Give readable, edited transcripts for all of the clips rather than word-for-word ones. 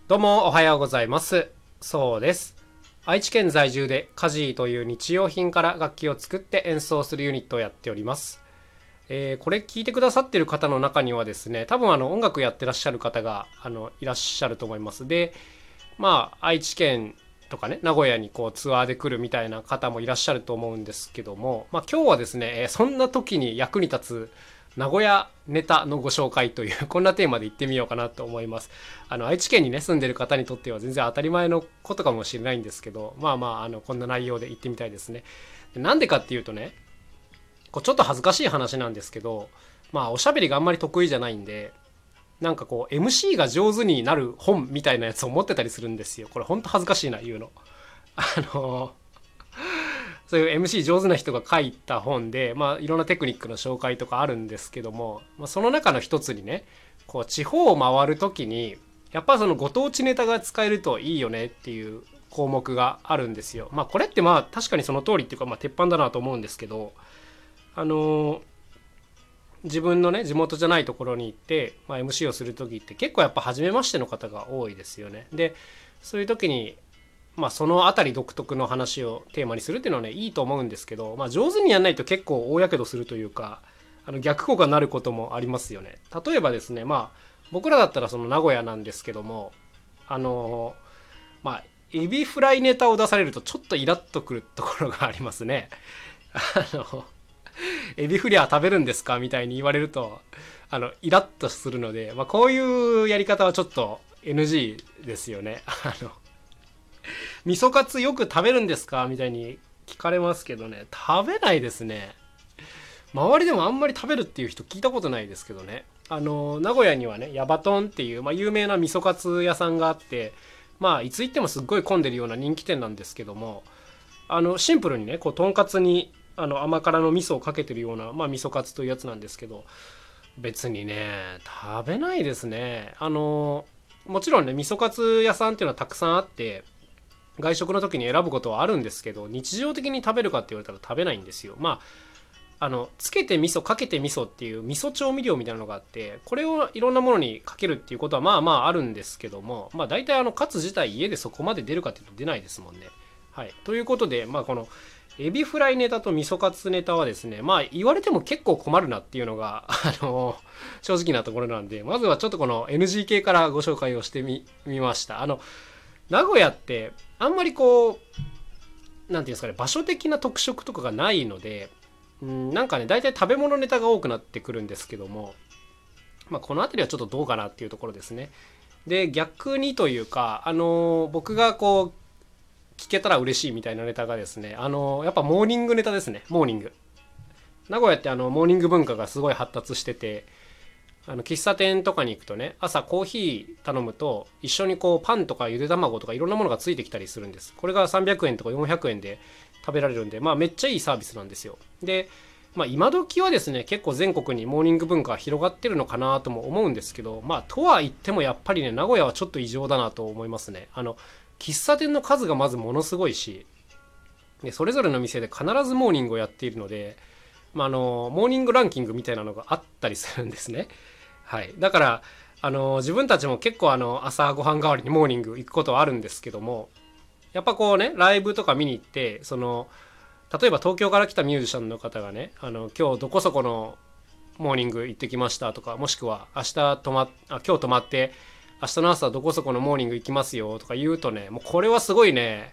どうもおはようございます。そうです。愛知県在住でカジーという日用品から楽器を作って演奏するユニットをやっております。これ聞いてくださってる方の中にはですね、多分音楽やってらっしゃる方がいらっしゃると思います。で、愛知県とかね、名古屋にこうツアーで来るみたいな方もいらっしゃると思うんですけども、今日はですね、そんな時に役に立つ名古屋ネタのご紹介というこんなテーマで行ってみようかなと思います。愛知県にね住んでる方にとっては全然当たり前のことかもしれないんですけど、こんな内容で行ってみたいですね。なんでかっていうとね、ちょっと恥ずかしい話なんですけど、おしゃべりがあんまり得意じゃないんで、なんかこう MC が上手になる本みたいなやつを持ってたりするんですよ。これほんと恥ずかしいな言うの。あのそういう MC 上手な人が書いた本で、いろんなテクニックの紹介とかあるんですけども、その中の一つにね、こう地方を回るときにやっぱそのご当地ネタが使えるといいよねっていう項目があるんですよ。これって確かにその通りっていうか、鉄板だなと思うんですけど、あのー自分のね地元じゃないところに行って、MC をする時って結構やっぱ初めましての方が多いですよね。でそういう時にその辺り独特の話をテーマにするっていうのはねいいと思うんですけど、上手にやんないと結構大やけどするというか、逆効果になることもありますよね。例えばですね、僕らだったらその名古屋なんですけども、あのエビフライネタを出されるとちょっとイラッとくるところがありますね。あのエビフリア食べるんですかみたいに言われるとイラッとするので、こういうやり方はちょっと NG ですよね。味噌カツよく食べるんですかみたいに聞かれますけどね、食べないですね。周りでもあんまり食べるっていう人聞いたことないですけどね。名古屋にはねヤバトンっていう、有名な味噌カツ屋さんがあって、いつ行ってもすっごい混んでるような人気店なんですけども、シンプルにねこうとんかつに甘辛の味噌をかけてるような、味噌カツというやつなんですけど、別にね食べないですね。もちろんね味噌カツ屋さんっていうのはたくさんあって外食の時に選ぶことはあるんですけど、日常的に食べるかって言われたら食べないんですよ。つけて味噌かけて味噌っていう味噌調味料みたいなのがあって、これをいろんなものにかけるっていうことはあるんですけども、大体カツ自体家でそこまで出るかっていうと出ないですもんね。はい、ということでこのエビフライネタと味噌カツネタはですね、言われても結構困るなっていうのが正直なところなんで、まずはちょっとこの NG 系からご紹介をしてみました。名古屋ってあんまりこうなんていうんですかね、場所的な特色とかがないので、なんかね大体食べ物ネタが多くなってくるんですけども、この辺りはちょっとどうかなっていうところですね。で逆にというか僕がこう聞けたら嬉しいみたいなネタがですね、やっぱモーニングネタですね。モーニング、名古屋ってモーニング文化がすごい発達してて、喫茶店とかに行くとね朝コーヒー頼むと一緒にこうパンとかゆで卵とかいろんなものがついてきたりするんです。これが300円とか400円で食べられるんで、めっちゃいいサービスなんですよ。で今時はですね結構全国にモーニング文化が広がってるのかなとも思うんですけど、とは言ってもやっぱりね名古屋はちょっと異常だなと思いますね。喫茶店の数がまずものすごいし、でそれぞれの店で必ずモーニングをやっているので、モーニングランキングみたいなのがあったりするんですね。はい、だから自分たちも結構朝ごはん代わりにモーニング行くことはあるんですけども、やっぱこうねライブとか見に行って例えば東京から来たミュージシャンの方がね今日どこそこのモーニング行ってきましたとか、もしくは今日泊まって明日の朝どこそこのモーニング行きますよとか言うとね、もうこれはすごいね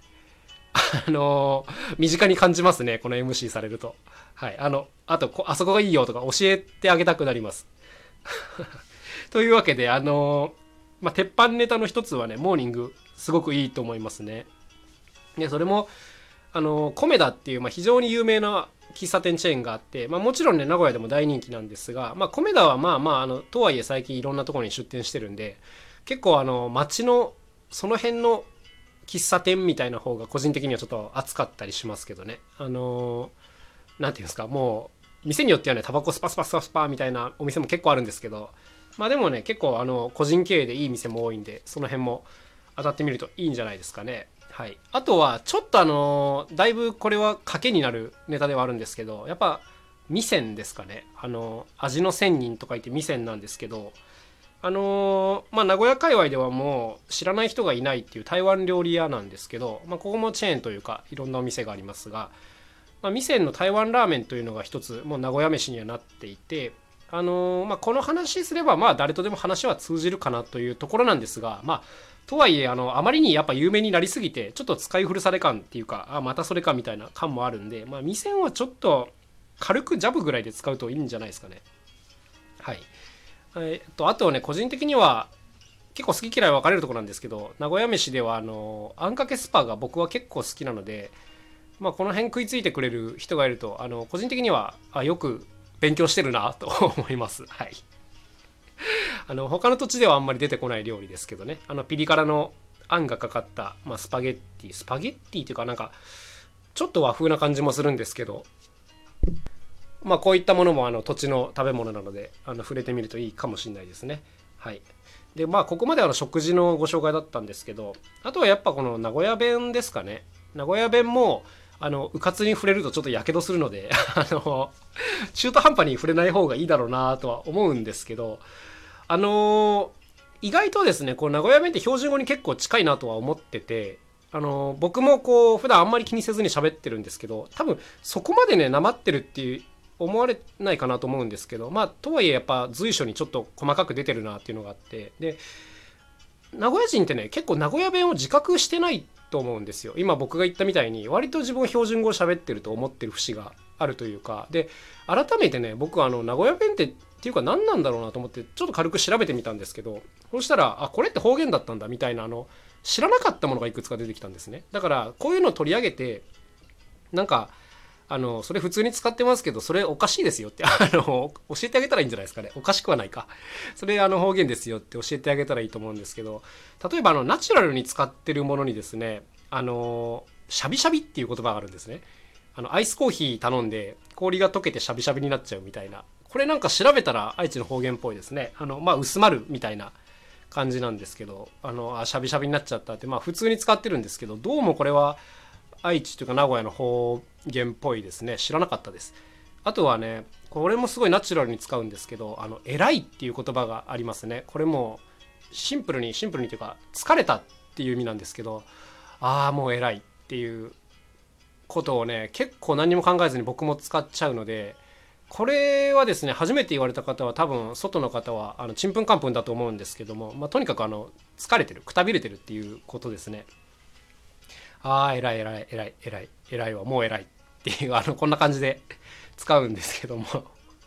身近に感じますね、この MC されると。はい、あとあそこがいいよとか教えてあげたくなりますというわけで鉄板ネタの一つはねモーニングすごくいいと思いますね。でそれもコメダっていう、非常に有名な喫茶店チェーンがあって、もちろんね名古屋でも大人気なんですが、コメダはとはいえ最近いろんなところに出店してるんで、結構街のその辺の喫茶店みたいな方が個人的にはちょっと熱かったりしますけどね。なんていうんですか、もう店によってはねタバコスパスパスパスパみたいなお店も結構あるんですけど、でもね結構個人経営でいい店も多いんで、その辺も当たってみるといいんじゃないですかね。はい、あとはちょっとだいぶこれは賭けになるネタではあるんですけど、やっぱ味仙ですかね。味の仙人と書いて味仙なんですけど、 名古屋界隈ではもう知らない人がいないっていう台湾料理屋なんですけど、ここもチェーンというかいろんなお店がありますが、味仙の台湾ラーメンというのが一つもう名古屋飯にはなっていて、この話すれば誰とでも話は通じるかなというところなんですが、とはいえあまりにやっぱ有名になりすぎてちょっと使い古され感っていうか、またそれかみたいな感もあるんで、味仙はちょっと軽くジャブぐらいで使うといいんじゃないですかね。はい。あとはね、個人的には結構好き嫌い分かれるところなんですけど、名古屋飯ではあんかけスパが僕は結構好きなので、この辺食いついてくれる人がいると個人的にはよく勉強してるなと思います。はい。他の土地ではあんまり出てこない料理ですけどね、ピリ辛のあんがかかった、スパゲッティっていうかちょっと和風な感じもするんですけど、こういったものも土地の食べ物なので触れてみるといいかもしれないですね。はい。でここまで食事のご紹介だったんですけど、あとはやっぱこの名古屋弁ですかね。名古屋弁もうかつに触れるとちょっとやけどするので中途半端に触れない方がいいだろうなとは思うんですけど、意外とですね、こう名古屋弁って標準語に結構近いなとは思ってて、僕もこう普段あんまり気にせずに喋ってるんですけど、多分そこまでねなまってるっていう思われないかなと思うんですけど、とはいえやっぱ随所にちょっと細かく出てるなっていうのがあって、で名古屋人ってね結構名古屋弁を自覚してないと思うんですよ。今僕が言ったみたいに割と自分を標準語を喋ってると思ってる節があるというかで、改めてね僕は名古屋弁っていうか何なんだろうなと思ってちょっと軽く調べてみたんですけど、そうしたらこれって方言だったんだみたいな知らなかったものがいくつか出てきたんですね。だからこういうのを取り上げてそれ普通に使ってますけどそれおかしいですよって教えてあげたらいいんじゃないですかね。おかしくはないか。それ方言ですよって教えてあげたらいいと思うんですけど、例えばナチュラルに使ってるものにですね、シャビシャビっていう言葉があるんですね。アイスコーヒー頼んで氷が溶けてシャビシャビになっちゃうみたいな、これ調べたら愛知の方言っぽいですね。薄まるみたいな感じなんですけど、シャビシャビになっちゃったって普通に使ってるんですけど、どうもこれは愛知というか名古屋の方言っぽいですね。知らなかったです。あとはね、これもすごいナチュラルに使うんですけど、偉いっていう言葉がありますね。これもシンプルにというか疲れたっていう意味なんですけど、もう偉いっていうことをね結構何も考えずに僕も使っちゃうので、これはですね初めて言われた方は多分外の方はちんぷんかんぷんだと思うんですけども、とにかく疲れてる、くたびれてるっていうことですね。偉いはもう偉いっていうこんな感じで使うんですけども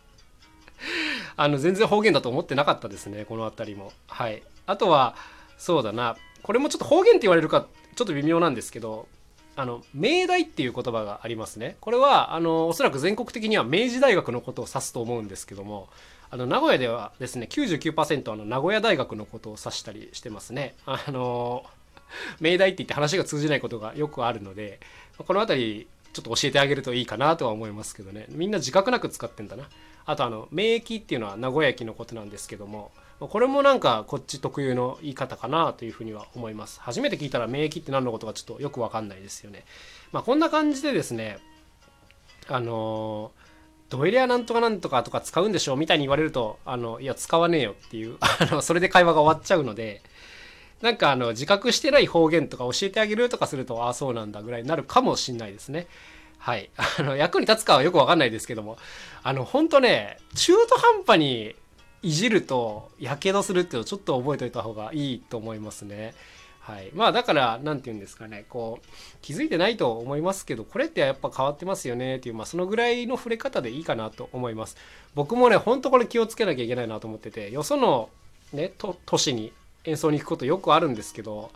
全然方言だと思ってなかったですね、この辺りも。はい。あとはそうだな、これもちょっと方言って言われるかちょっと微妙なんですけど、明大っていう言葉がありますね。これはおそらく全国的には明治大学のことを指すと思うんですけども、名古屋ではですね 99% 名古屋大学のことを指したりしてますね。明大って言って話が通じないことがよくあるので、この辺りちょっと教えてあげるといいかなとは思いますけどね。みんな自覚なく使ってんだな。あと名駅っていうのは名古屋駅のことなんですけども、これもこっち特有の言い方かなというふうには思います。初めて聞いたら名駅って何のことかちょっとよくわかんないですよね。こんな感じでですね、ドエリアなんとかなんとかとか使うんでしょみたいに言われるといや使わねえよっていうそれで会話が終わっちゃうので、自覚してない方言とか教えてあげるとかするとそうなんだぐらいになるかもしんないですね。はい。役に立つかはよくわかんないですけども、ほんとね中途半端にいじるとやけどするっていうのをちょっと覚えておいた方がいいと思いますね。はい。だからなんて言うんですかね、こう気づいてないと思いますけど、これってやっぱ変わってますよねっていう、そのぐらいの触れ方でいいかなと思います。僕もねほんとこれ気をつけなきゃいけないなと思ってて、よそのね都市に演奏に行くことよくあるんですけど、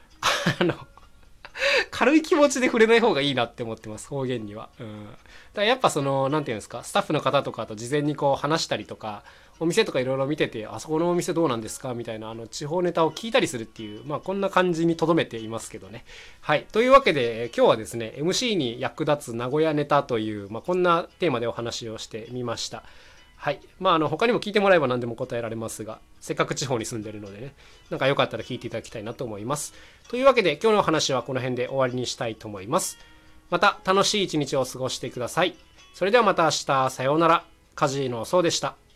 軽い気持ちで触れない方がいいなって思ってます、方言には。だからやっぱなんていうんですか、スタッフの方とかと事前にこう話したりとか、お店とかいろいろ見てて、あそこのお店どうなんですかみたいな地方ネタを聞いたりするっていう、こんな感じに留めていますけどね。はい。というわけで、今日はですね MC に役立つ名古屋ネタという、こんなテーマでお話をしてみました。はい。他にも聞いてもらえば何でも答えられますが、せっかく地方に住んでるのでね、よかったら聞いていただきたいなと思います。というわけで、今日のお話はこの辺で終わりにしたいと思います。また楽しい一日を過ごしてください。それではまた明日、さようなら。カジノそうでした。